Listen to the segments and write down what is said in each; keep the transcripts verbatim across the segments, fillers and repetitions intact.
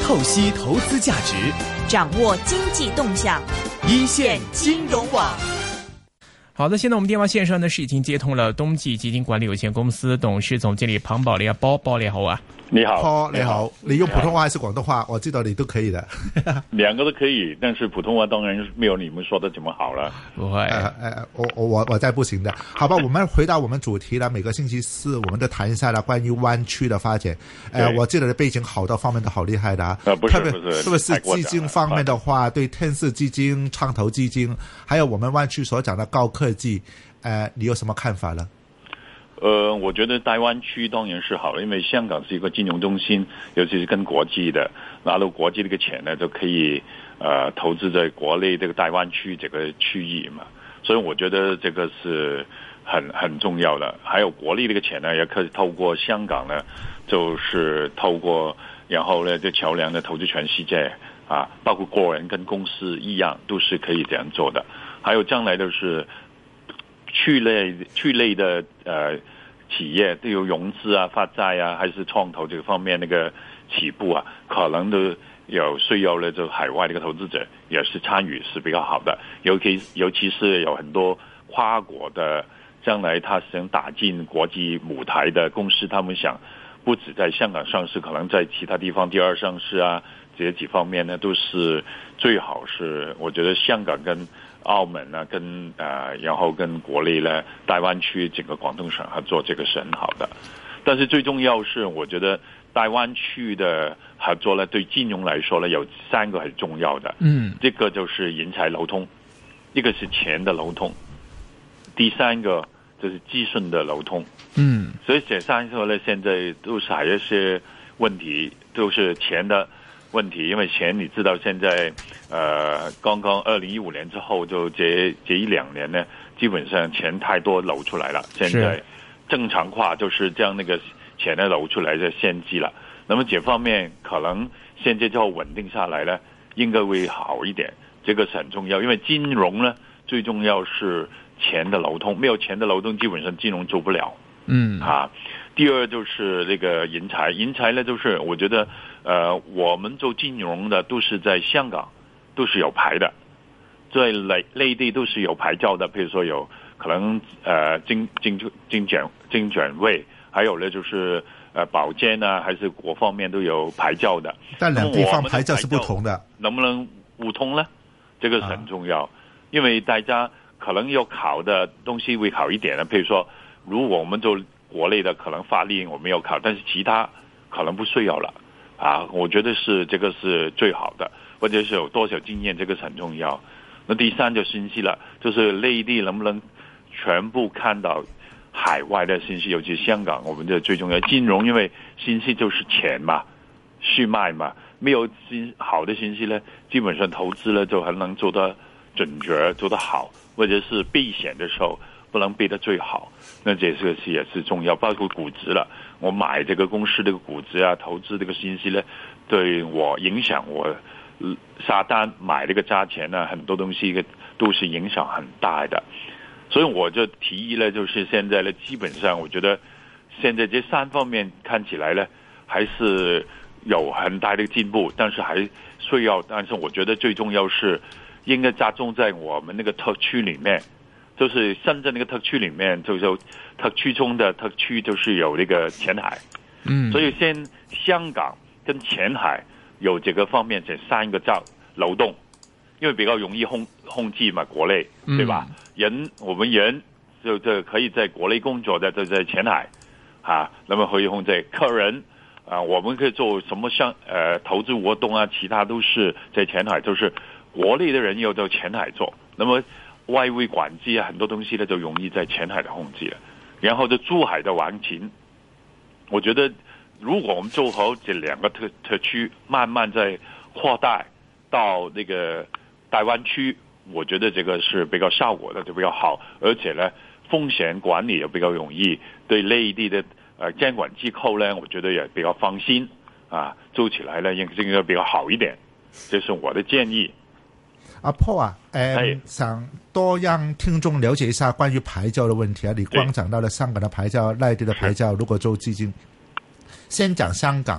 透析投资价值， 掌握经济动向， 一线金融网。好的，现在我们电话线上呢是已经接通了冬季基金管理有限公司董事总经理庞宝利啊，包包你好啊。 你好 Paul 你好，你用普通话还是广东话？我知道你都可以的。 两个都可以，但是普通话当然没有你们说的这么好了。 不会， 呃呃，我我我在不行的。好吧，我们回到我们主题了。每个星期四我们都谈一下了关于湾区的发展。呃，我记得的背景好多方面都好厉害的啊。 呃，不是特别不是， 特别是基金方面的话，对天使基金、创投基金，还有我们湾区所讲的高科技，呃，你有什么看法呢？ 呃，我觉得大湾区当然是好了，因为香港是一个金融中心，尤其是跟国际的，拿到国际这个钱呢，就可以呃投资在国内这个大湾区这个区域嘛，所以我觉得这个是很很重要的。还有国内这个钱呢，也可以透过香港呢，就是透过然后呢，这桥梁呢投资全世界啊，包括个人跟公司一样，都是可以这样做的。还有将来的是。区类区类的呃企业都有融资啊、发债啊，还是创投这个方面那个起步啊，可能都有需要的，就海外这个投资者也是参与是比较好的。尤其尤其是有很多跨国的，将来他想打进国际舞台的公司，他们想不止在香港上市，可能在其他地方第二上市啊，这几方面呢都是最好是我觉得香港跟。澳门呢，跟呃，然后跟国内呢，大湾区整个广东省合作，这个是很好的。但是最重要是，我觉得大湾区的合作呢，对金融来说呢，有三个很重要的。嗯，这个就是人才流通，一个是钱的流通，第三个就是资讯的流通。嗯，所以这三个呢，现在都是还有一些问题，都是钱的。问题，因为钱你知道现在，呃，刚刚二零一五年之后，就这这一两年呢，基本上钱太多流出来了。现在正常化就是将那个钱呢流出来的限制了。那么这方面可能现在就稳定下来呢，应该会好一点。这个是很重要，因为金融呢最重要是钱的流通，没有钱的流通，基本上金融做不了。嗯啊，第二就是那个人才，人才呢就是我觉得。呃，我们做金融的都是在香港，都是有牌的，在内内地都是有牌照的。比如说有可能呃经经经检经检会，还有呢就是呃保监啊，还是各方面都有牌照的。 但两地方牌照是不同的， 能不能互通呢？这个是很重要，啊、因为大家可能要考的东西会考一点的。譬如说，如果我们做国内的，可能法律我们要考，但是其他可能不需要了。啊，我觉得是这个是最好的，或者是有多少经验，这个是很重要。那第三就信息了，就是内地能不能全部看到海外的信息，尤其是香港，我们的最重要金融，因为信息就是钱嘛，血脉嘛，没有信好的信息呢，基本上投资呢就很能做得准确，做得好，或者是避险的时候不能避得最好，那这个是也是重要，包括估值了。我买这个公司这个估值啊，投资这个信息呢，对我影响我下单买这个价钱呢，很多东西都是影响很大的。所以我就提议呢，就是现在呢，基本上我觉得现在这三方面看起来呢，还是有很大的进步，但是还需要，但是我觉得最重要是应该集中在我们那个特区里面。就是深圳那个特区里面，就是特区中的特区，就是有那个前海，嗯，所以先香港跟前海有这个方面这三个交流动，因为比较容易控控制嘛，国内对吧？嗯、人我们人就就可以在国内工作的，就在前海啊，那么可以控制客人啊，我们可以做什么像呃投资活动啊，其他都是在前海，就是国内的人要在前海做，那么。外围管制啊，很多东西呢就容易在前海的控制了，然后就珠海的行情，我觉得如果我们做好这两个特特区，慢慢在扩大到那个大湾区，我觉得这个是比较效果的，就比较好，而且呢风险管理也比较容易，对内地的呃监管机构呢，我觉得也比较放心啊，做起来呢应该比较好一点，这是我的建议。 阿 Paul 啊，誒想多讓聽眾了解一下關於牌照的問題啊。你光講到了香港的牌照、內地的牌照，如果做基金，先講香港。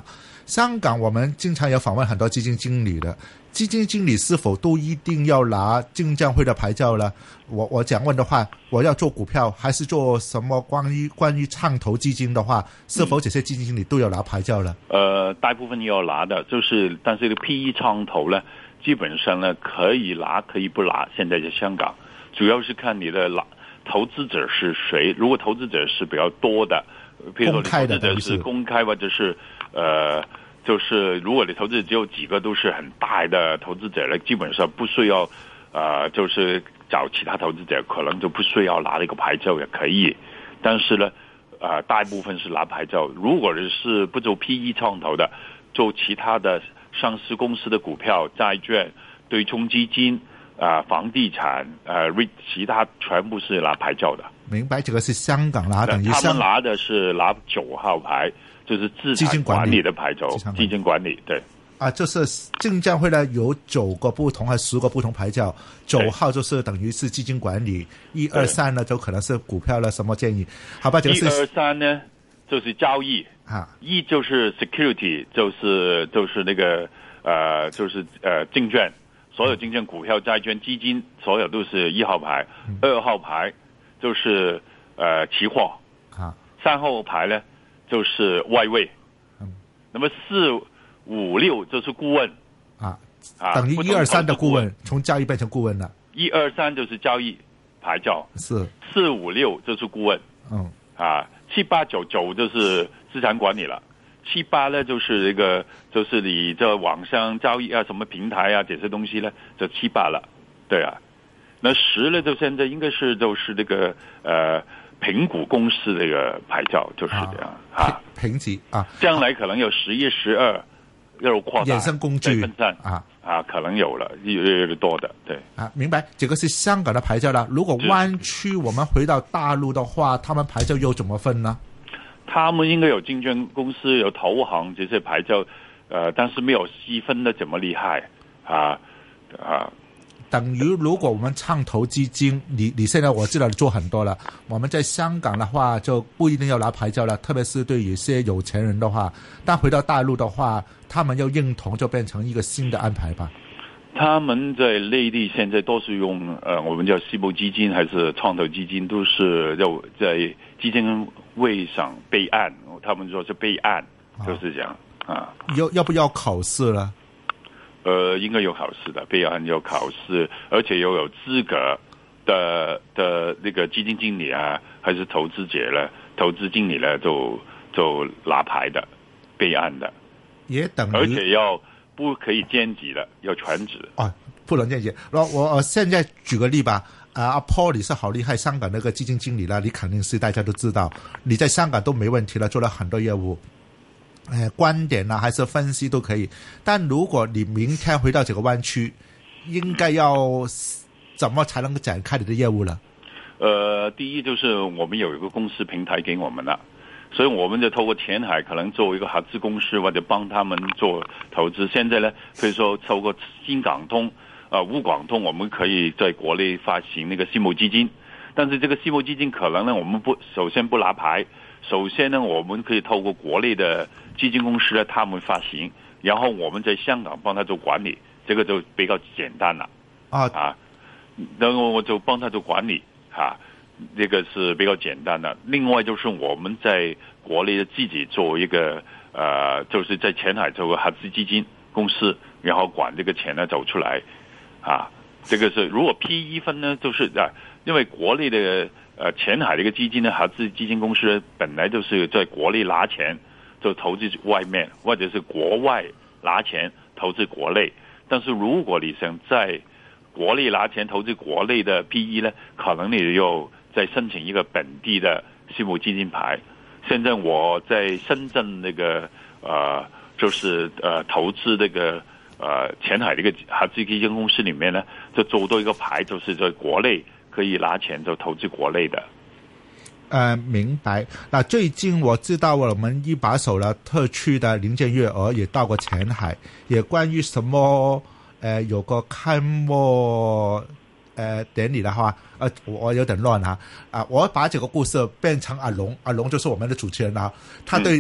香港我們經常有訪問很多基金經理的，基金經理是否都一定要拿證監會的牌照呢？我我講問的話，我要做股票還是做什麼關於關於創投基金的話，是否這些基金經理都要拿牌照呢？ 呃，大部分要拿的，就是但是這個 P E 創投呢，基本上呢可以拿可以不拿，現在在香港主要是看你的拿投資者是誰，如果投資者是比較多的，譬如說你投資者是公開或者是呃就是如果你投資只有幾個都是很大的投資者呢，基本上不需要呃就是找其他投資者，可能就不需要拿那個牌照也可以，但是呢呃大部分是拿牌照。如果是不做 P E 創投的，做其他的上市公司的股票、債券、對沖基金啊、呃、房地產呃 REIT 其他全部是拿牌照的。 明白，這個是香港拿，等於他們拿的是拿九號牌，就是資產管理的牌照，基金管理，對。 啊，就是證監會呢有九個不同還是十個不同牌照，九號就是等於是基金管理，一二三呢就可能是股票了，什麼建議？好吧，這個是一二三呢就是交易啊， 一就是 security， 就是就是那個呃就是呃證券，所有證券、股票、債券、基金，所有都是一號牌，嗯、二號牌就是呃期貨啊，三號牌呢就是外匯，嗯，那麼四五六就是顧問啊，啊，等於一二三的顧問，從交易變成顧問了。 一二三就是交易牌照， 是四五六就是顧問，嗯，啊，七八九九就是資產管理了，七八呢就是這個就是你在網上交易啊，什麼平台啊這些東西呢就七八了，對啊，那十呢就現在應該是就是這個呃評估公司這個牌照就是這樣啊， 評級啊， 將來可能有十一、十二。又擴大衍生工具分散啊啊，可能有了，越越越多的，對啊，明白。這個是香港的牌照啦。如果灣區我們回到大陸的話，他們牌照又怎麼分呢？ 他們應該有證券公司、有投行這些牌照，呃，但是沒有細分的這麼厲害啊啊。 等於如果我們創投基金，你你現在我知道你做很多了。我們在香港的話就不一定要拿牌照了，特別是對於一些有錢人的話。但回到大陸的話，他們要認同就變成一個新的安排吧。 他們在內地現在都是用呃，我們叫私募基金還是創投基金，都是要在基金會上備案。他們說是備案，就是這樣啊。啊要要不要考試了？ 呃，應該有考試的，備案有考試，而且又有資格的的那個基金經理啊，還是投資者呢，投資經理呢，就就拿牌的，備案的， 也等於而且要不可以兼職的，要全職。 哦，不能兼職。我我我現在舉個例吧，啊，阿 Paul 你是好厲害，香港那個基金經理啦，你肯定是大家都知道，你在香港都沒問題了，做了很多業務。呃，觀點啊，還是分析都可以。但如果你明天回到這個灣區，應該要怎麼才能夠展開你的業務呢？呃， 第一就是我們有一個公司平台給我們了，所以我們就透過前海可能做一個合資公司，或者幫他們做投資。現在呢，可以說透過新港通、啊、呃、滬港通，我們可以在國內發行那個私募基金。但是這個私募基金可能呢，我們不首先不拿牌。首先呢，我們可以透過國內的基金公司呢，他們發行，然後我們在香港幫他做管理，這個就比較簡單了。啊啊，然後我就幫他做管理，哈、啊，這個是比較簡單的。另外就是我們在國內自己做一個，呃，就是在前海做個合資基金公司，然後管這個錢呢走出來，啊，這個是如果 P E 分呢，就是啊，因為國內的。呃，前海的一個基金呢，合資基金公司本來就是在國內拿錢就投資外面，或者是國外拿錢投資國內。但是如果你想在國內拿錢投資國內的 P E 呢，可能你要再申請一個本地的私募基金牌。現在我在深圳那個呃，就是呃投資那個呃前海的一個合資基金公司裏面呢，就做多一個牌，就是在國內。可以拿錢就投資國內的。呃，明白。那最近我知道我們一把手了特區的林鄭月娥也到過前海，也關於什麼呃有個開幕呃典禮的話，呃我有點亂哈啊，我把這個故事變成阿龍，阿龍就是我們的主持人啦，他對。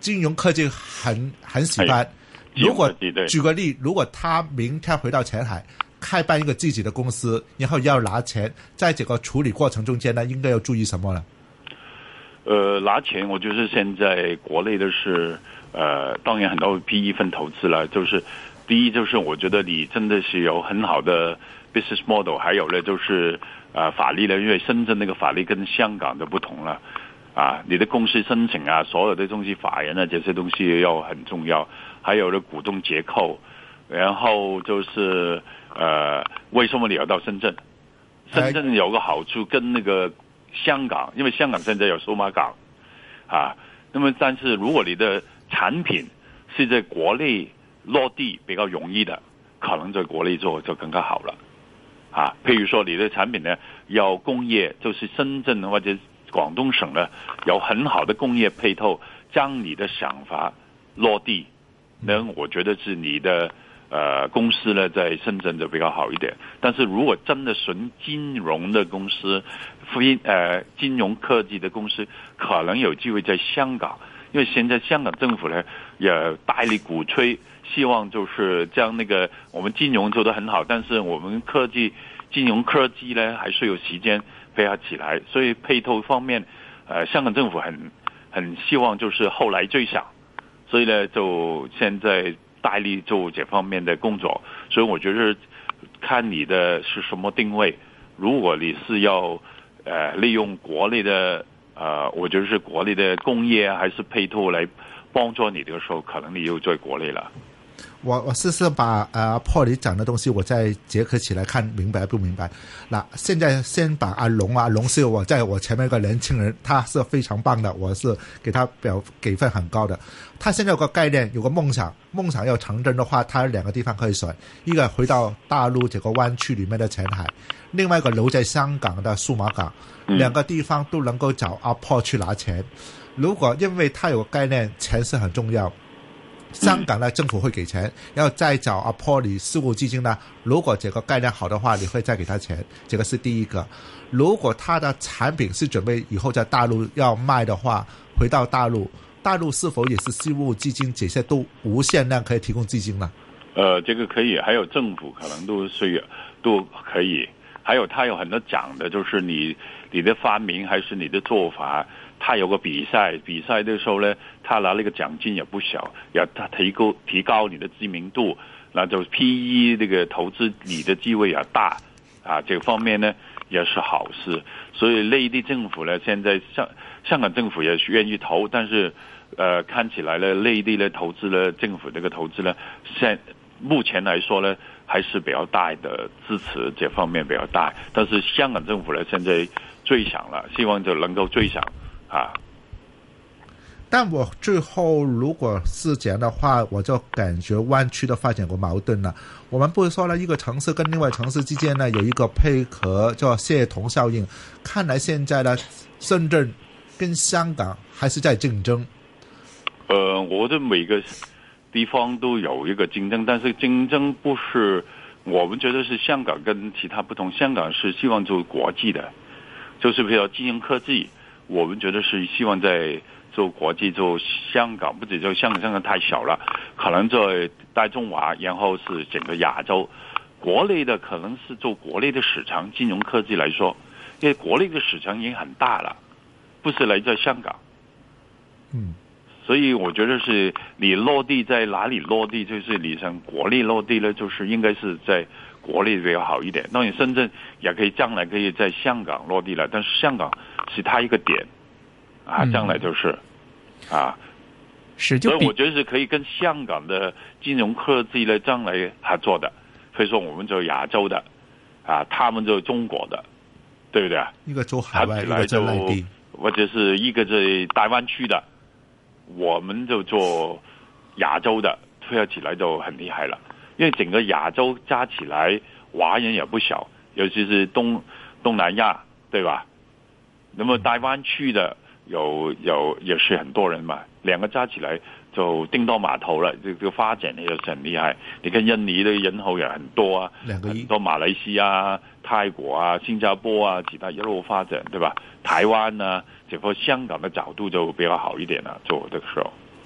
金融科技很很喜欢。如果举个例，如果他明天回到前海，开办一个自己的公司，然后要拿钱，在这个处理过程中间呢，应该要注意什么呢？ 呃，拿钱，我觉得现在国内的是，呃，当然很多 P E 分投资了，就是第一就是我觉得你真的是有很好的 business model， 还有呢就是呃法律呢，因为深圳那个法律跟香港的不同了，啊，你的公司申请啊，所有的东西法人啊这些东西要很重要，还有呢股东结构，然后就是呃为什么你要到深圳？深圳有个好处跟那个香港，因为香港现在有数码港，啊，那么但是如果你的产品是在国内落地比较容易的，可能在国内做就更加好了，啊，譬如说你的产品呢有工业，就是深圳或者广东省呢有很好的工业配套，将你的想法落地，那我觉得是你的呃公司呢在深圳就比较好一点。但是如果真的纯金融的公司，非呃金融科技的公司，可能有机会在香港，因为现在香港政府呢也大力鼓吹，希望就是将那个我们金融做得很好，但是我们科技金融科技呢还是有时间培养起来，所以配套方面，呃香港政府很很希望就是后来追上，所以呢就现在大力做这方面的工作。所以我觉得看你的是什么定位，如果你是要呃利用国内的呃我觉得是国内的工业还是配套来帮助你的时候，可能你又在国内了。 我我试试把呃破你讲的东西我再结合起来看明白不明白。那现在先把阿龙啊，龙是我在我前面一个年轻人，他是非常棒的，我是给他表给分很高的。他现在有个概念，有个梦想，梦想要成真的话，他有两个地方可以选，一个回到大陆这个湾区里面的前海，另外一个留在香港的数码港，两个地方都能够找阿破去拿钱。如果因为他有个概念，钱是很重要，香港呢政府会给钱，然后再找阿破里事务基金呢，如果这个概念好的话，你会再给他钱，这个是第一个。如果他的产品是准备以后在大陆要卖的话，回到大陆，大陆是否也是事务基金这些都无限量可以提供基金呢？ 呃，这个可以，还有政府可能都是都可以，还有他有很多讲的，就是你你的发明还是你的做法，他有个比赛，比赛的时候呢，他拿那个奖金也不小，要他提高提高你的知名度，那就 P E 这个投资你的机会也大啊，这个方面呢也是好事。所以内地政府呢，现在香香港政府也愿意投，但是呃看起来呢，内地的投资呢，政府这个投资呢，现目前来说呢，还是比较大的支持，这方面比较大。但是香港政府呢，现在追上了，希望就能够追上。啊， 但我最后如果是这样的话，我就感觉湾区的发展有矛盾了。我们不是说了一个城市跟另外城市之间呢有一个配合叫协同效应，看来现在呢深圳跟香港还是在竞争。 呃，我的每个地方都有一个竞争，但是竞争不是我们觉得是香港跟其他不同，香港是希望做国际的，就是比如金融科技。我们觉得是希望在做国际，做香港，不止做香港，香港太小了，可能在大中华，然后是整个亚洲。国内的可能是做国内的市场，金融科技来说，因为国内的市场已经很大了，不是来自香港。 嗯， 所以我觉得是你落地在哪里落地，就是你像国内落地呢，就是应该是在国内比较好一点。当然深圳也可以将来可以在香港落地了，但是香港是它一个点啊，将来就是、嗯、啊， 是就所以我觉得是可以跟香港的金融科技呢将来合作的。所以说我们就亚洲的啊，他们就中国的，对不对啊？ 一个做海外，一个在内地， 或者是一个在大湾区的，我们就做亚洲的，推合起来就很厉害了。因为整个亚洲加起来华人也不小，尤其是东东南亚，对吧？那么大湾区的有有也是很多人嘛，两个加起来就叮当码头了，这个发展也是很厉害。你看印尼的人口也很多啊，很多马來西亞、泰國啊、新加坡啊，其他一路發展，對吧？台灣啊，這個香港的角度就比較好一點了，做的時候。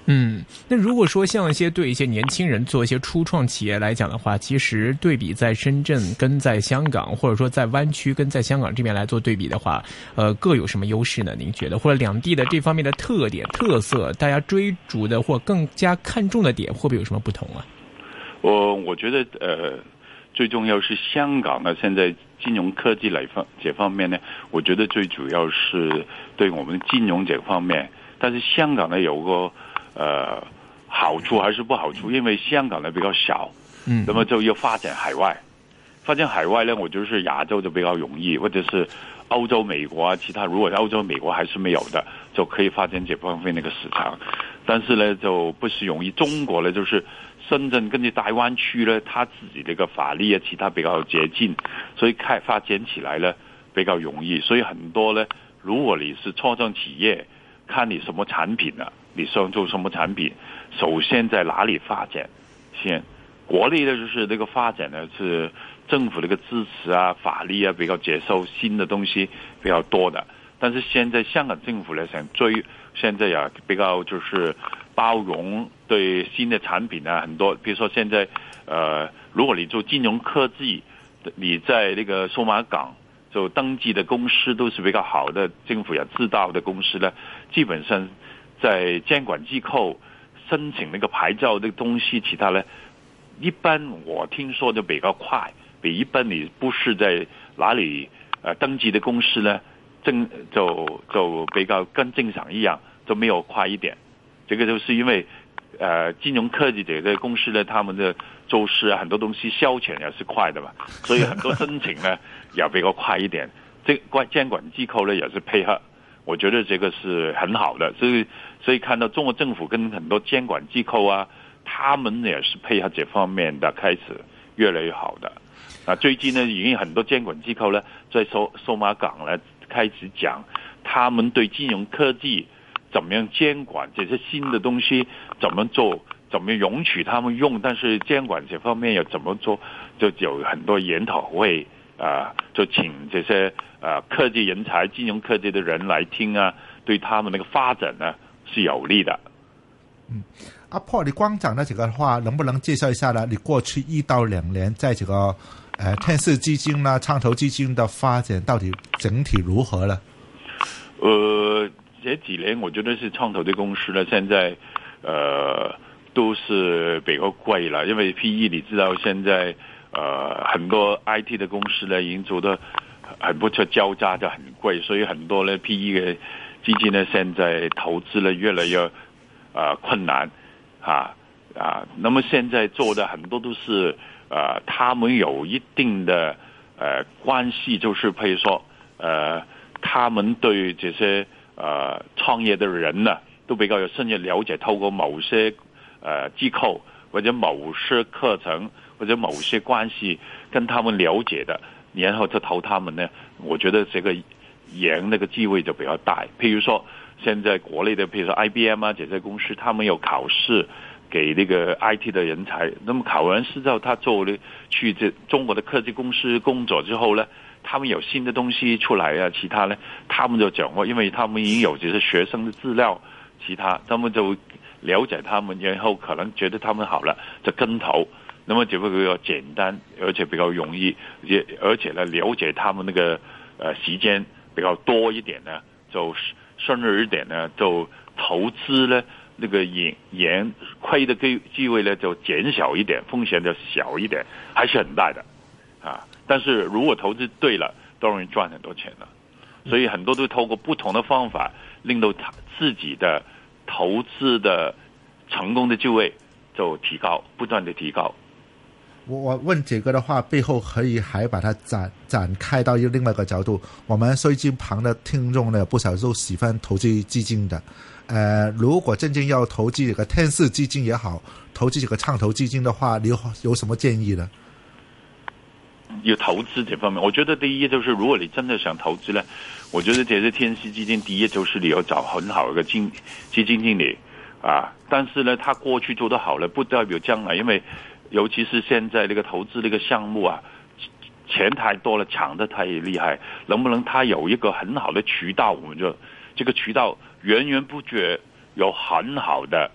嗯，那如果说像一些对一些年轻人做一些初创企业来讲的话，其实对比在深圳跟在香港，或者说在湾区跟在香港这边来做对比的话，呃，各有什么优势呢？您觉得，或者两地的这方面的特点、特色，大家追逐的或更加看重的点，会不会有什么不同啊？ 我我觉得呃，最重要是香港呢，现在金融科技来方这方面呢，我觉得最主要是对我们金融这方面，但是香港呢有个呃，好处还是不好处？因为香港呢比较小，嗯，那么就要发展海外。发展海外呢，我觉得是亚洲就比较容易，或者是欧洲、美国啊，其他如果欧洲、美国还是没有的，就可以发展这方面那个市场。但是呢，就不是容易。中国呢，就是深圳跟着大湾区呢，它自己这个法律啊，其他比较接近，所以开发展起来呢比较容易。所以很多呢，如果你是初创企业，看你什么产品啊。你想做什么产品？首先在哪里发展？先，国内的就是这个发展呢，是政府这个支持啊、法律啊比较接受新的东西比较多的。但是现在香港政府呢想追，现在呀比较就是包容对新的产品啊很多。比如说现在呃，如果你做金融科技，你在那个数码港就登记的公司都是比较好的，政府也知道的公司呢，基本上。在监管机构申请那个牌照的东西，其他呢，一般我听说就比较快，比一般你不是在哪里呃登记的公司呢，正就就比较跟正常一样，就没有快一点。这个就是因为呃金融科技这个公司呢，他们的做事啊很多东西消遣也是快的嘛，所以很多申请呢也比较快一点。这监管机构呢也是配合。我觉得这个是很好的，所以所以看到中国政府跟很多监管机构啊，他们也是配合这方面的开始越来越好的。啊，最近呢，已经很多监管机构呢，在数数码港呢开始讲，他们对金融科技怎么样监管这些新的东西，怎么做，怎么容许他们用，但是监管这方面要怎么做，就有很多研讨会啊、呃，就请这些。呃，科技人才、金融科技的人来听啊，对他们那个发展呢是有利的。 嗯，阿 Paul， 你光讲的这个话，能不能介绍一下呢？你过去一到两年在这个呃天使基金呢、创投基金的发展到底整体如何呢？ 呃，这几年我觉得是创投的公司呢，现在呃都是比较贵了，因为 P E 你知道现在呃很多 I T 的公司呢已经做得。很不错，交叉就很贵，所以很多呢 P E 的基金呢，现在投资呢越来越呃困难啊啊。那么现在做的很多都是呃，他们有一定的呃关系，就是譬如说呃，他们对这些呃创业的人呢，都比较有深入了解，透过某些呃机构或者某些课程或者某些关系跟他们了解的。然后就投他们呢，我觉得这个赢那个机会就比较大。譬如说，现在国内的，譬如说 I B M 啊这些公司，他们有考试给那个 I T 的人才。那么考完试之后，他做了去这中国的科技公司工作之后呢，他们有新的东西出来啊，其他呢，他们就掌握，因为他们已经有这些学生的资料，其他他们就了解他们，然后可能觉得他们好了，就跟投。那么就会比较简单，而且比较容易，也而且呢，了解他们那个呃时间比较多一点呢，就深入一点呢，就投资呢那个赢赢亏的机机会呢就减小一点，风险就小一点，还是很大的啊。但是如果投资对了，当然赚很多钱了。所以很多都透过不同的方法，令到他自己的投资的成功的机会就提高，不断的提高。 我我问这个的话，背后可以还把它展展开到另外一个角度。我们收音机旁的听众呢，不少都喜欢投资基金的。呃，如果真正要投资这个天使基金也好，投资这个创投基金的话，你有有什么建议呢？ 有投资这方面，我觉得第一就是，如果你真的想投资呢，我觉得这些天使基金，第一就是你要找很好的经基金经理啊。但是呢，他过去做得好了，不代表将来，因为尤其是现在这个投资这个项目啊，钱太多了，抢得太厉害，能不能他有一个很好的渠道？我们就这个渠道源源不绝有很好的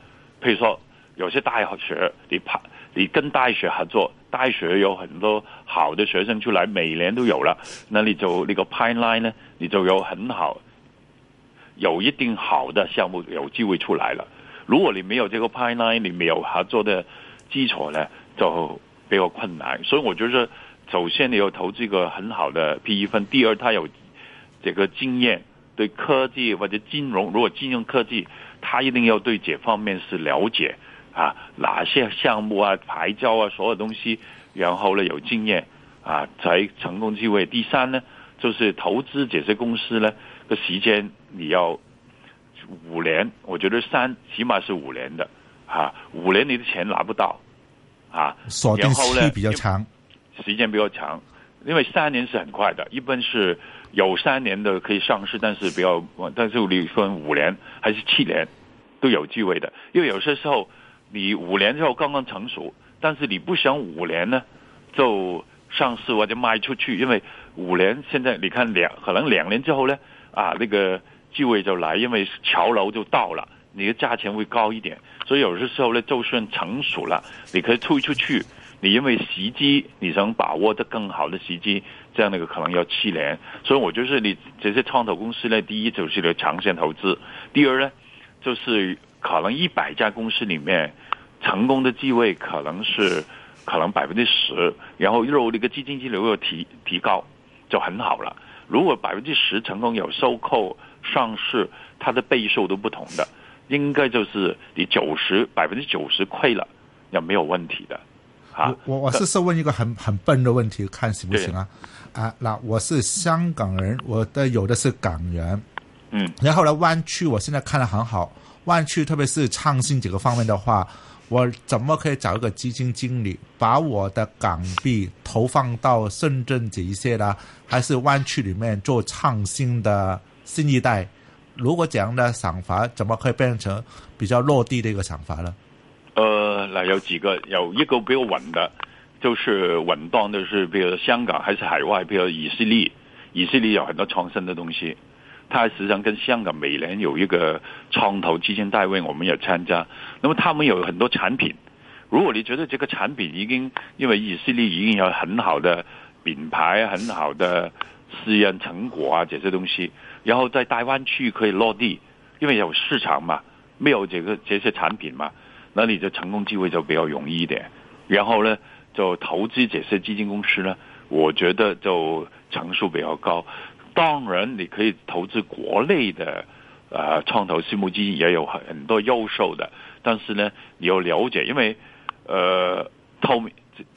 譬如說有些大學你拍你跟大學合作，大學有很多好的學生出來，每年都有了，那你就那個 pipeline 呢，你就有很好有一定好的項目有機會出來了。如果你沒有這個 pipeline， 你沒有合作的基礎呢，就比較困難。所以我覺得首先你要投資一個很好的 P E 分，第二他有這個經驗，對科技或者金融，如果金融科技他一定要對這方面是了解啊，哪些項目啊、牌照啊，所有東西，然後呢有經驗啊，才成功機會。第三呢，就是投資這些公司呢個時間你要五年，我覺得三起碼是五年的啊，五年你的錢拿不到啊， 鎖定期比較長， 時間比較長，因為三年是很快的，一般是有三年的可以上市，但是比較，但是你分五年還是七年都有機會的，因為有些時候你五年之後剛剛成熟，但是你不想五年呢就上市或者賣出去，因為五年現在你看兩可能兩年之後呢啊那個機會就來，因為潮流就到了，你的價錢會高一點，所以有些時候呢就算成熟了，你可以推出去，你因為時機你想把握得更好的時機，這樣那個可能要七年。所以我覺得你這些創投公司呢，第一就是你長線投資，第二呢就是可能一百家公司裏面成功的機會可能是可能百分之十，然後如果那個基金經理有提提高就很好了。如果百分之十成功有收購上市，它的倍數都不同的，應該就是你九十百分之九十虧了也沒有問題的。啊， 我我是問一個很很笨的問題，看行不行啊？啊，那我是香港人，我的有的是港元， 嗯， 然後呢灣區我現在看得很好，灣區特別是創新這個方面的話，我怎麼可以找一個基金經理把我的港幣投放到深圳這一些呢？還是灣區裏面做創新的新一代？如果這樣的想法，怎麼可以變成比較落地的一個想法呢？ 呃，那有幾個，有一個比較穩的，就是穩當的是，比如香港還是海外，比如以色列，以色列有很多創新的東西，它實際上跟香港每年有一個創投基金大會，我們也參加。那麼他們有很多產品，如果你覺得這個產品已經，因為以色列已經有很好的品牌、很好的試驗成果啊，這些東西，然後在大灣區可以落地，因為有市場嘛，沒有這個這些產品嘛。那你的成功機會就比較容易一點，然後呢，就投資這些基金公司呢，我覺得就成數比較高。當然，你可以投資國內的呃創投私募基金，也有很多優秀的，但是呢，你要了解，因為呃透明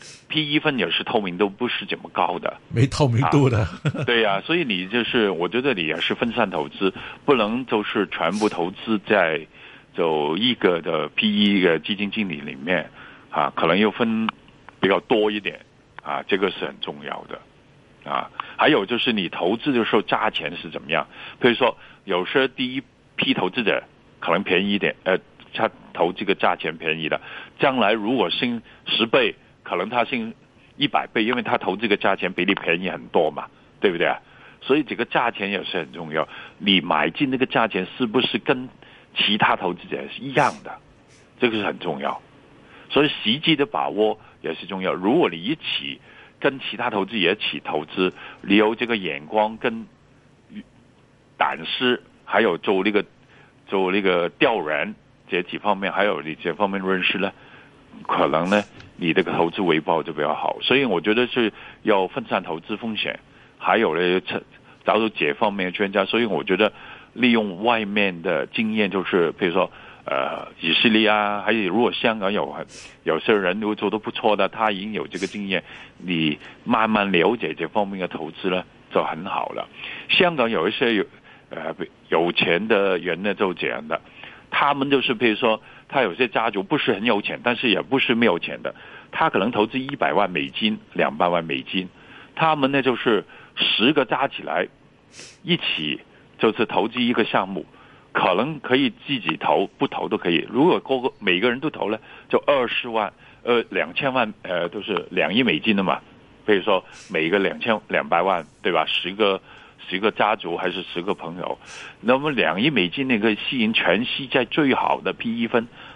P E 分也是透明度不是這麼高的， 沒透明度的， 啊對呀、啊，所以你就是我覺得你也是分散投資，不能就是全部投資在就一個的 P E 嘅基金經理裏面啊，可能要分比較多一點啊，這個是很重要的啊。還有就是你投資的時候價錢是怎麼樣？譬如說，有時第一批投資者可能便宜一點，呃，他投這個價錢便宜的，將來如果升十倍，可能他升一百倍，因為他投這個價錢比你便宜很多嘛，對不對啊？所以這個價錢也是很重要。你買進那個價錢是不是跟其他投資者是一樣的，這個是很重要，所以時機的把握也是重要。如果你一起跟其他投資者一起投資，你有這個眼光跟膽識，還有做那個做那個調人這幾方面，還有你這方面認識呢，可能呢你這個投資回報就比較好。所以我覺得是要分散投資風險，還有呢找到這方面的專家。所以我覺得利用外面的經驗，就是譬如說，呃，以色列啊，還有如果香港有有些人都做得不錯的，他已經有這個經驗，你慢慢了解這方面的投資呢，就很好了。香港有一些有呃有錢的人呢，就這樣的，他們就是譬如說，他有些家族不是很有錢，但是也不是沒有錢的，他可能投資一百萬美金、兩百萬美金，他們呢就是十個加起來一起。就是投資一個項目，可能可以自己投，不投都可以。如果個個每個人都投呢，就二十萬，呃，兩千萬，呃，都是兩億美金的嘛。比如說每個兩千兩百萬，對吧？十個十個家族還是十個朋友，那麼兩億美金那個吸引全世界最好的 P E 分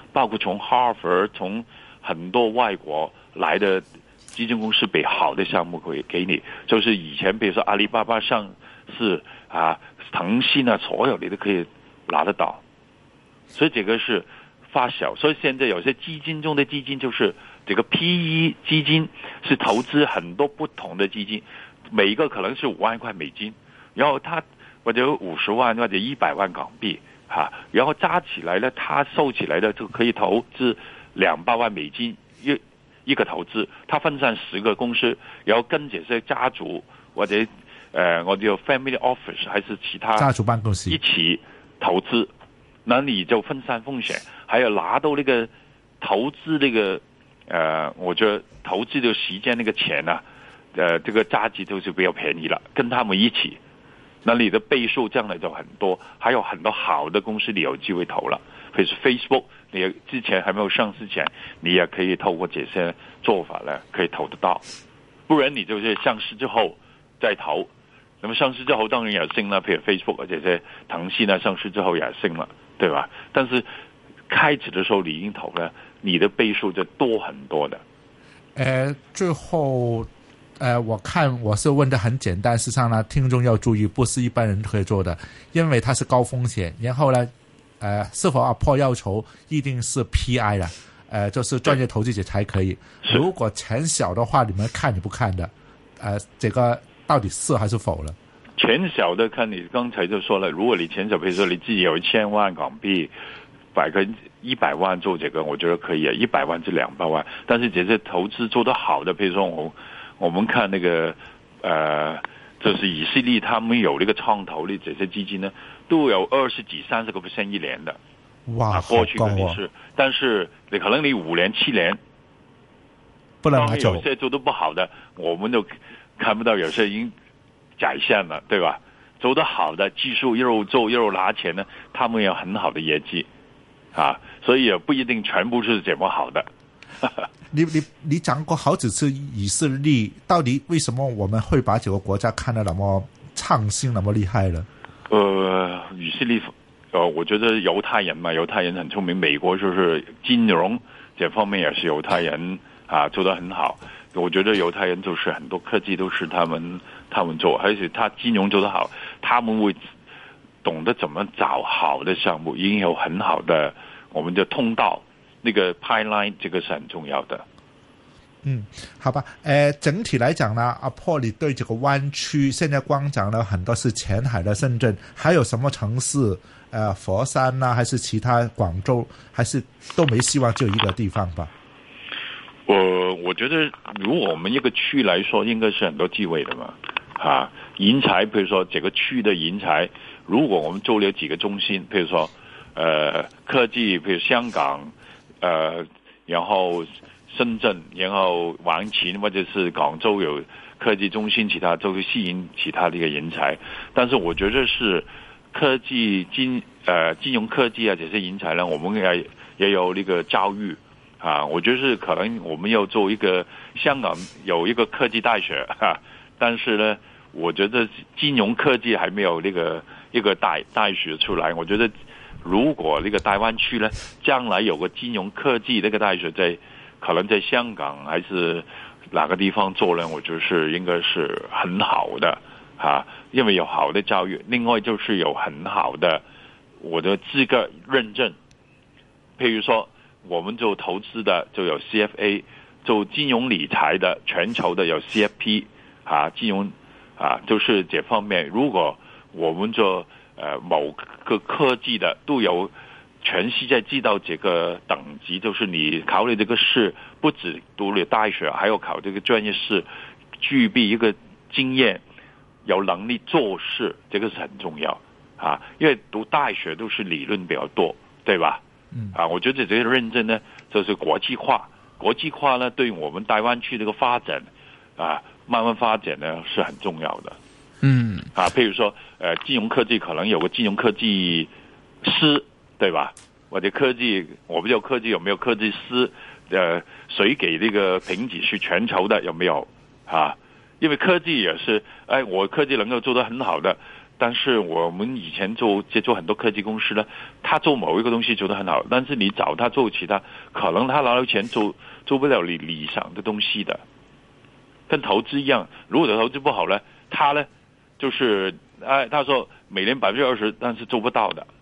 包括从哈佛、从很多外国来的基金公司给好的项目给给你，就是以前比如说阿里巴巴上市啊、腾讯啊，所有你都可以拿得到，所以这个是发小。所以现在有些基金中的基金就是这个 P E 基金，是投资很多不同的基金，每一个可能是五万块美金，然后它或者五十万或者一百万港币哈，然后加起来呢，它收起来的就可以投资两百万美金一一个投资，它分散十个公司，然后跟这些家族或者呃我叫 family office 还是其他家族办公室一起投资，那你就分散风险，还有拿到那个投资那个呃，我觉得投资的时间那个钱呢、啊，呃，这个价值都是比较便宜了，跟他们一起。那你的倍数将来就很多，还有很多好的公司你有机会投了，比如说 Facebook， 你之前还没有上市前，你也可以透过这些做法呢，可以投得到。不然你就是上市之后再投，那么上市之后当然也升了，譬如 Facebook 或者是腾讯呢，上市之后也升了，对吧？但是开始的时候你已经投了，你的倍数就多很多的。 呃，最后。呃，我看我是问的很简单，事实上呢，听众要注意，不是一般人可以做的，因为它是高风险。然后呢，呃，是否阿 Paul 要求一定是 P I 的，呃，就是专业投资者才可以。如果钱小的话，你们看你不看的，呃，这个到底是还是否了？ 钱小的看你刚才就说了，如果你钱小，比如说你自己有一千万港币，百个一百万做这个，我觉得可以啊，一百万至两百万。但是这些投资做得好的，比如说我。我们看那个呃，就是以色列他们有那个创投的这些基金呢，都有二十几、三十个 percent 一年的， 哇， 啊、过去肯定是， 哦、 但是你可能你五年、七年， 不能拿走。 有些做得不好的，我们都看不到，有些已经改善了，对吧？做得好的，技术一路做一路拿钱呢，他们有很好的业绩，啊，所以也不一定全部是这么好的。 你你你讲过好几次以色列，到底为什么我们会把这个国家看得那么创新那么厉害呢？ 呃，以色列，呃，我觉得犹太人嘛，犹太人很聪明，美国就是金融这方面也是犹太人啊做得很好。我觉得犹太人就是很多科技都是他们他们做，而且他金融做得好，他们会懂得怎么找好的项目，已经有很好的我们的通道。那个 pipeline 这个是很重要的。 嗯，好吧，呃，整体来讲呢，阿 Paul 你对这个湾区现在光讲了很多是前海的深圳，还有什么城市？呃，佛山呐、啊，还是其他广州，还是都没希望，只有一个地方吧？ 我我觉得，如果我们一个区来说，应该是很多机会的嘛。啊，人才，比如说这个区的人才，如果我们做了几个中心，比如说呃科技，比如香港。呃，然后深圳，然后橫琴或者是廣州有科技中心，其他都會吸引其他的一個人才。但是我覺得是科技金呃金融科技啊這些人才呢，我們也也有那個教育啊。我覺得是可能我們要做一個香港有一個科技大學哈、啊，但是呢，我覺得金融科技還沒有那個一個大大學出來，我覺得。如果那個大灣區呢，將來有個金融科技那個大學在，可能在香港還是哪個地方做呢？我覺得是應該是很好的啊，因為有好的教育，另外就是有很好的我的資格認證。譬如說，我們做投資的就有 C F A， 做金融理財的全球的有 C F P 啊，金融啊，就是這方面。如果我們做呃，某個科技的都有全世界知道這個等級，就是你考慮這個試，不止讀了大學，還有考這個專業試，具備一個經驗，有能力做事，這個是很重要啊。因為讀大學都是理論比較多，對吧？嗯。啊，我覺得這個認證呢，就是國際化，國際化呢，對我們大灣區這個發展啊，慢慢發展呢，是很重要的。 嗯， 啊，譬如說，呃，金融科技可能有個金融科技師，對吧？或者科技，我不知道科技有沒有科技師，呃，誰給那個評級是全球的有沒有？啊，因為科技也是，哎，我科技能夠做得很好的， 但是我们以前做接触很多科技公司呢，他做某一个东西做得很好，但是你找他做其他，可能他拿到钱做做不了你理想的东西的。跟投资一样，如果投资不好呢，他呢就是哎，他说每年百分之二十，但是做不到的，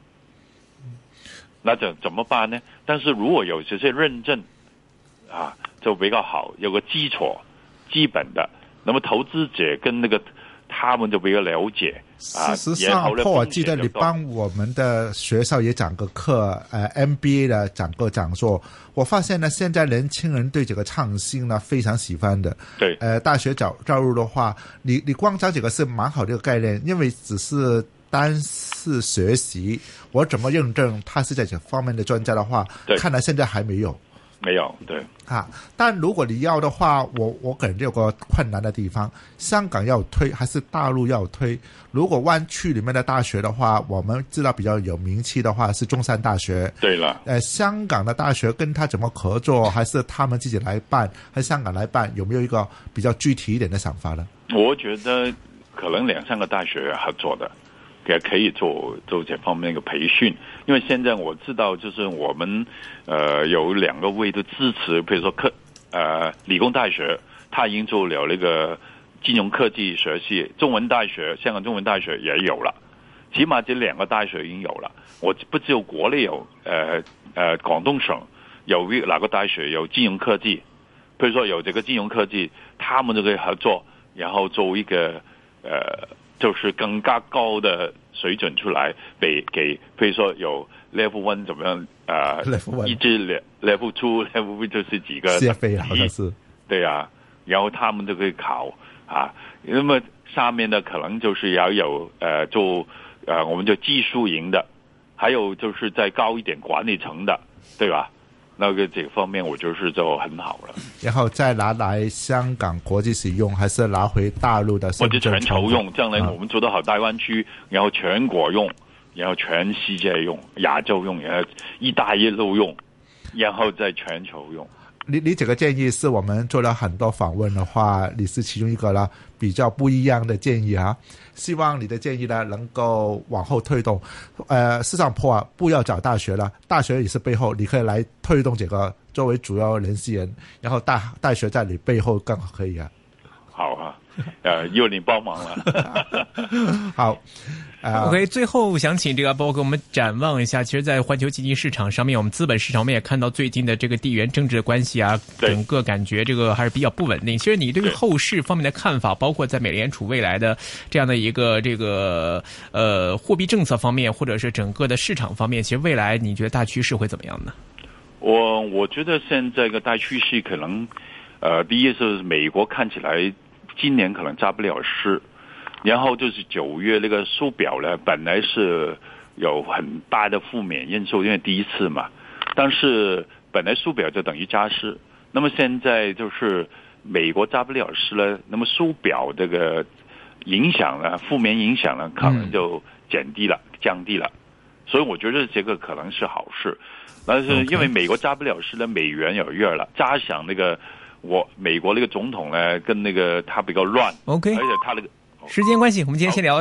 那怎怎么办呢？但是如果有这些认证啊，就比较好，有个基础基本的，那么投资者跟那个他们就比较了解啊。 事实上，Paul，我记得你帮我们的学校也讲个课，呃 M B A 的讲个讲座。我发现呢，现在年轻人对这个创新呢非常喜欢的。 对， 呃，大学教教育的话，你你光教这个是蛮好的一个概念，因为只是单是学习，我怎么认证他是在这方面的专家的话，看来现在还没有。 没有，对啊，但如果你要的话，我我可能有个困难的地方，香港要推还是大陆要推？如果湾区里面的大学的话，我们知道比较有名气的话是中山大学。 对了， 呃，香港的大学跟他怎么合作，还是他们自己来办，还是香港来办？有没有一个比较具体一点的想法呢？ 我觉得可能两三个大学合作的。也可以做做这方面的培训，因为现在我知道，就是我们呃有两个位的支持，比如说科呃理工大学，他已经做了那个金融科技学系，中文大学香港中文大学也有了，起码这两个大学已经有了。我不只有国内有，呃呃广东省有哪个大学有金融科技，比如说有这个金融科技，他们就可以合作，然后做一个呃。就是更加高的水准出来，给给，比如说有 level one 怎么样啊？一至 level two、level three 就是几个 C F A 好像是对啊，然后他们就可以考啊。那么上面的可能就是要有呃做呃我们叫技术营的，还有就是再高一点管理层的，对吧？那个这个方面我就是就很好了， 然后再拿来香港国际使用，还是拿回大陆的或者全球用？将来我们做得好大湾区，然后全国用，然后全世界用，亚洲用，然后一带一路用，然后再全球用。 你你这个建议是我们做了很多访问的话，你是其中一个啦，比较不一样的建议啊。希望你的建议呢能够往后推动。呃，市场破啊，不要找大学了，大学也是背后，你可以来推动这个作为主要联系人，然后大大学在你背后更可以啊。 好啊，呃，有你帮忙了。 好。Uh, OK， 最后想请这个包给我们展望一下，其实在环球经济市场上面，我们资本市场我们也看到最近的这个地缘政治的关系啊，整个感觉这个还是比较不稳定。其实你对于后市方面的看法，包括在美联储未来的这样的一个这个呃货币政策方面，或者是整个的市场方面，其实未来你觉得大趋势会怎么样呢？ 我我觉得现在个大趋势可能呃第一是美国看起来今年可能扎不了势。然后就是九月那个缩表呢，本来是有很大的负面因素，因为第一次嘛。但是本来缩表就等于加息，那么现在就是美国扎不了势了，那么缩表这个影响呢，负面影响呢，可能就减低了、嗯、降低了。所以我觉得这个可能是好事。但是因为美国扎不了势呢，美元有热了，加上那个我美国那个总统呢，跟那个他比较乱 ，OK， 而且他那个。 时间关系，我们今天先聊。